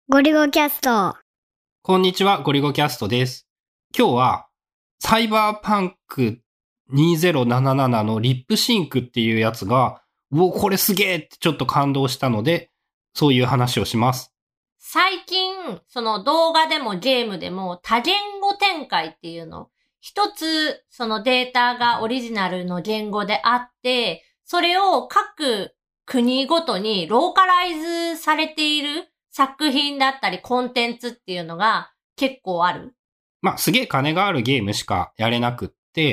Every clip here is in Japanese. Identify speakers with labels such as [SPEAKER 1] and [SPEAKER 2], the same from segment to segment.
[SPEAKER 1] ゴリゴキャスト。
[SPEAKER 2] こんにちは、ゴリゴキャストです。今日は、サイバーパンク2077のリップシンクっていうやつが、これすげえってちょっと感動したので、そういう話をします。
[SPEAKER 3] 最近、その動画でもゲームでも多言語展開っていうの、一つそのデータがオリジナルの言語であって、それを各国ごとにローカライズされている作品だったりコンテンツっていうのが結構ある。
[SPEAKER 2] すげえ金があるゲームしかやれなくって、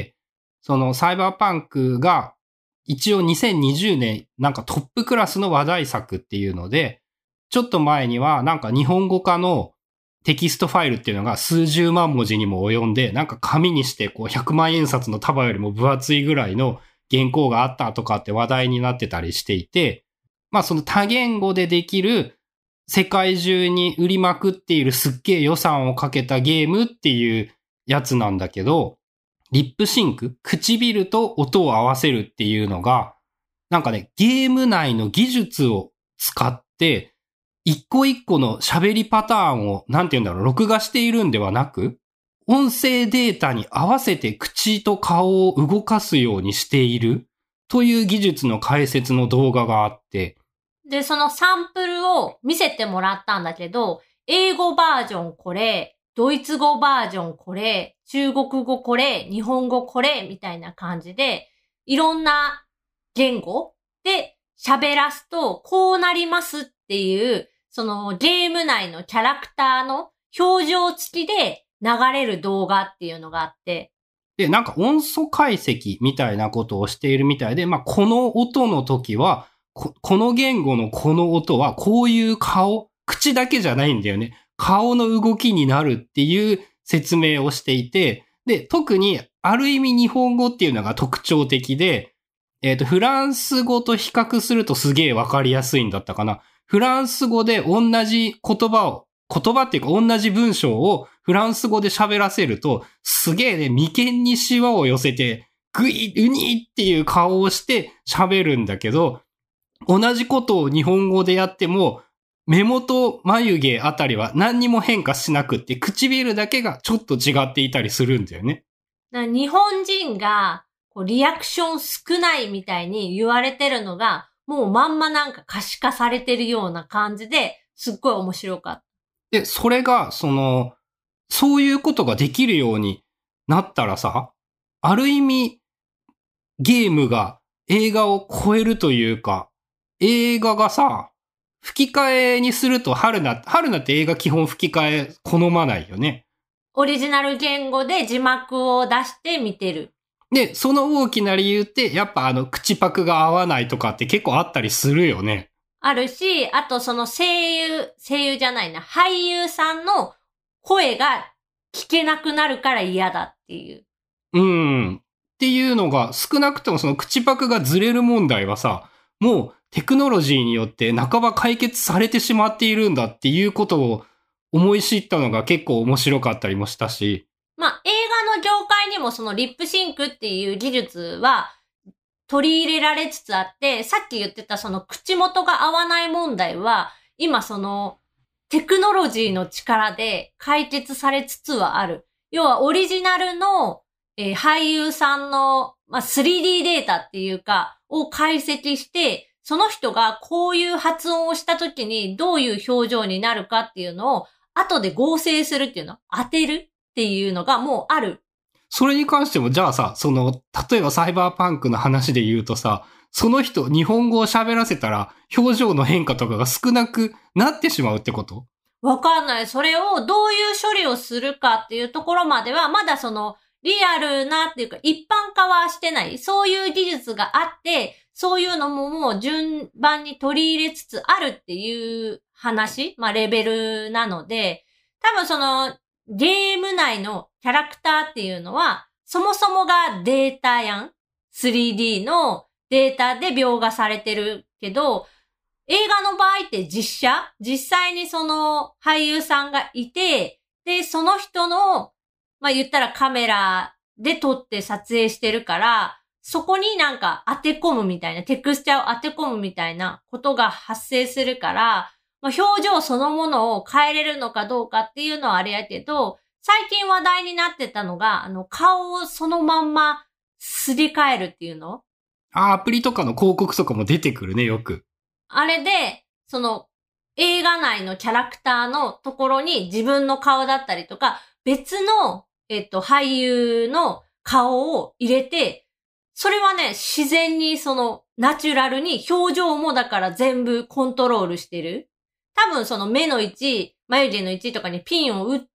[SPEAKER 2] そのサイバーパンクが一応2020年なんかトップクラスの話題作っていうので、ちょっと前にはなんか日本語化のテキストファイルっていうのが数十万文字にも及んで、なんか紙にしてこう100万円札の束よりも分厚いぐらいの原稿があったとかって話題になってたりしていて、その多言語でできる世界中に売りまくっているすっげえ予算をかけたゲームっていうやつなんだけど、リップシンク、唇と音を合わせるっていうのが、なんかね、ゲーム内の技術を使って、一個一個の喋りパターンを、録画しているんではなく、音声データに合わせて口と顔を動かすようにしているという技術の解説の動画があって、
[SPEAKER 3] で、そのサンプルを見せてもらったんだけど、英語バージョンこれ、ドイツ語バージョンこれ、中国語これ、日本語これ、みたいな感じで、いろんな言語で喋らすと、こうなりますっていう、そのゲーム内のキャラクターの表情付きで流れる動画っていうのがあって。
[SPEAKER 2] で、なんか音素解析みたいなことをしているみたいで、この音の時は、この言語のこの音はこういう顔、口だけじゃないんだよね。顔の動きになるっていう説明をしていて、で、特にある意味日本語っていうのが特徴的で、フランス語と比較するとすげえわかりやすいんだったかな。フランス語で同じ言葉っていうか同じ文章をフランス語で喋らせると、すげえね、眉間にシワを寄せて、うにっていう顔をして喋るんだけど、同じことを日本語でやっても、目元、眉毛あたりは何にも変化しなくって、唇だけがちょっと違っていたりするんだよね。
[SPEAKER 3] 日本人がリアクション少ないみたいに言われてるのが、もうまんまなんか可視化されてるような感じで、すっごい面白かった。
[SPEAKER 2] で、それが、そういうことができるようになったらさ、ある意味、ゲームが映画を超えるというか、映画がさ、吹き替えにすると春菜って映画基本吹き替え好まないよね。
[SPEAKER 3] オリジナル言語で字幕を出して見てる。
[SPEAKER 2] で、その大きな理由って、やっぱ口パクが合わないとかって結構あったりするよね。
[SPEAKER 3] あるし、あとその声優じゃないな、俳優さんの声が聞けなくなるから嫌だっていう。
[SPEAKER 2] っていうのが、少なくともその口パクがずれる問題はさ、もうテクノロジーによって半ば解決されてしまっているんだっていうことを思い知ったのが結構面白かったりもしたし。
[SPEAKER 3] 映画の業界にもそのリップシンクっていう技術は取り入れられつつあって、さっき言ってたその口元が合わない問題は、今そのテクノロジーの力で解決されつつはある。要はオリジナルの、俳優さんの、3D データっていうか、を解析して、その人がこういう発音をした時にどういう表情になるかっていうのを後で合成するっていうのを当てるっていうのがもうある。
[SPEAKER 2] それに関しても、じゃあさ、例えばサイバーパンクの話で言うとさ、その人、日本語を喋らせたら、表情の変化とかが少なくなってしまうってこと？
[SPEAKER 3] わかんない。それをどういう処理をするかっていうところまでは、まだその、リアルなっていうか、一般化はしてない。そういう技術があって、そういうのももう順番に取り入れつつあるっていう話、レベルなので、多分その、ゲーム内のキャラクターっていうのは、そもそもがデータやん。3D のデータで描画されてるけど、映画の場合って実際にその俳優さんがいて、で、その人の、言ったらカメラで撮って撮影してるから、そこになんか当て込むみたいな、テクスチャーを当て込むみたいなことが発生するから、 まあ、表情そのものを変えれるのかどうかっていうのはあれやけど、最近話題になってたのが、顔をそのまんますり替えるっていうの。
[SPEAKER 2] アプリとかの広告とかも出てくるね、よく。
[SPEAKER 3] あれで、映画内のキャラクターのところに自分の顔だったりとか、別の、俳優の顔を入れて、それはね、自然にナチュラルに表情もだから全部コントロールしてる。多分目の位置、眉毛の位置とかにピンを打って、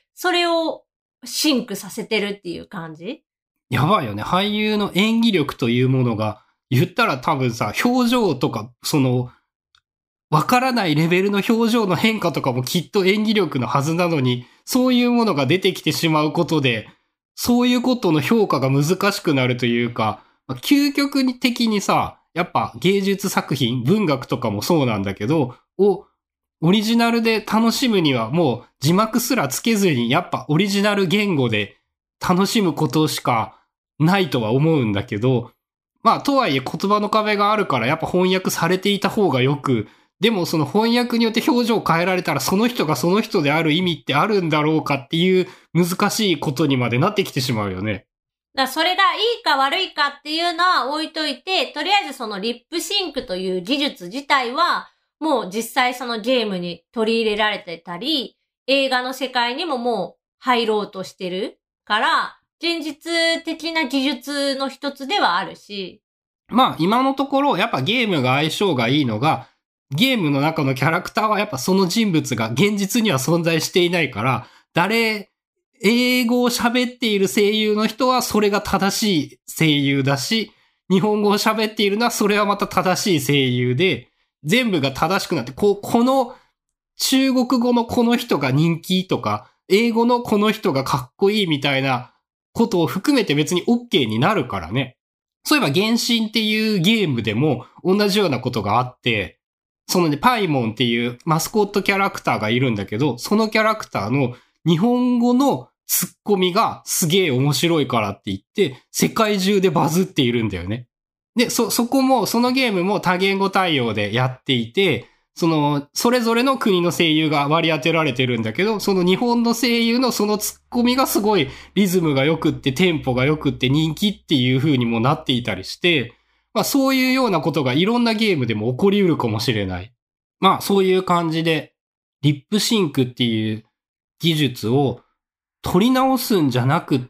[SPEAKER 3] それをシンクさせてるっていう感じ？
[SPEAKER 2] やばいよね。俳優の演技力というものが、言ったら多分さ、表情とか、わからないレベルの表情の変化とかもきっと演技力のはずなのに、そういうものが出てきてしまうことで、そういうことの評価が難しくなるというか、究極的にさ、やっぱ芸術作品、文学とかもそうなんだけど、オリジナルで楽しむにはもう字幕すらつけずに、やっぱオリジナル言語で楽しむことしかないとは思うんだけど、まあとはいえ言葉の壁があるからやっぱ翻訳されていた方がよく、でもその翻訳によって表情を変えられたらその人がその人である意味ってあるんだろうかっていう難しいことにまでなってきてしまうよね。
[SPEAKER 3] だからそれがいいか悪いかっていうのは置いといて、とりあえずリップシンクという技術自体はもう実際ゲームに取り入れられてたり、映画の世界にももう入ろうとしてるから、現実的な技術の一つではあるし。
[SPEAKER 2] まあ今のところやっぱゲームが相性がいいのが、ゲームの中のキャラクターはやっぱその人物が現実には存在していないから、英語を喋っている声優の人はそれが正しい声優だし、日本語を喋っているのはそれはまた正しい声優で、全部が正しくなって、この中国語のこの人が人気とか、英語のこの人がかっこいいみたいなことを含めて別に OK になるからね。そういえば原神っていうゲームでも同じようなことがあって、パイモンっていうマスコットキャラクターがいるんだけど、そのキャラクターの日本語のツッコミがすげえ面白いからって言って、世界中でバズっているんだよね。で、そのゲームも多言語対応でやっていて、それぞれの国の声優が割り当てられてるんだけど、その日本の声優のそのツッコミがすごいリズムが良くってテンポが良くって人気っていう風にもなっていたりして、まあそういうようなことがいろんなゲームでも起こり得るかもしれない。まあそういう感じで、リップシンクっていう技術を取り直すんじゃなくって、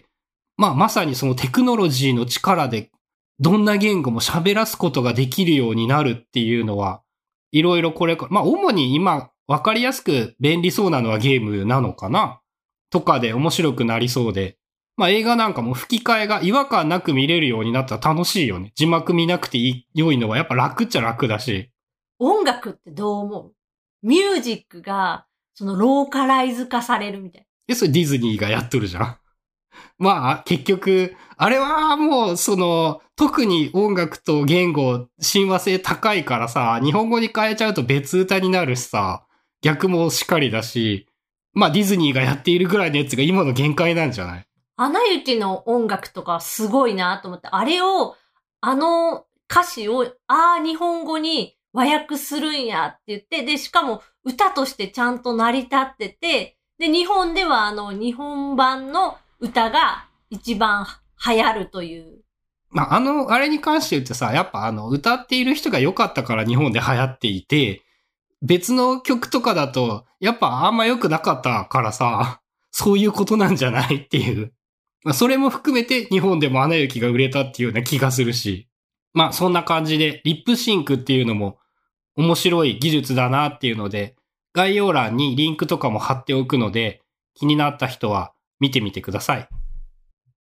[SPEAKER 2] まあまさにそのテクノロジーの力でどんな言語も喋らすことができるようになるっていうのは、いろいろこれから、まあ主に今わかりやすく便利そうなのはゲームなのかなとかで面白くなりそうで、まあ映画なんかも吹き替えが違和感なく見れるようになったら楽しいよね。字幕見なくて良いのはやっぱ楽っちゃ楽だし。
[SPEAKER 3] 音楽ってどう思う？ミュージックがローカライズ化されるみたいな。
[SPEAKER 2] それディズニーがやっとるじゃん。まあ結局、あれはもう特に音楽と言語、親和性高いからさ、日本語に変えちゃうと別歌になるしさ、逆もしかりだし、まあディズニーがやっているぐらいのやつが今の限界なんじゃない？
[SPEAKER 3] アナ雪の音楽とかすごいなと思って、あれを、歌詞を、日本語に和訳するんやって言って、で、しかも歌としてちゃんと成り立ってて、で、日本では日本版の歌が一番流行るという。
[SPEAKER 2] まあ、あれに関して言ってさ、やっぱ歌っている人が良かったから日本で流行っていて、別の曲とかだと、やっぱあんま良くなかったからさ、そういうことなんじゃないっていう。まあ、それも含めて日本でもアナ雪が売れたっていうような気がするし。まあ、そんな感じで、リップシンクっていうのも面白い技術だなっていうので、概要欄にリンクとかも貼っておくので、気になった人は見てみてください。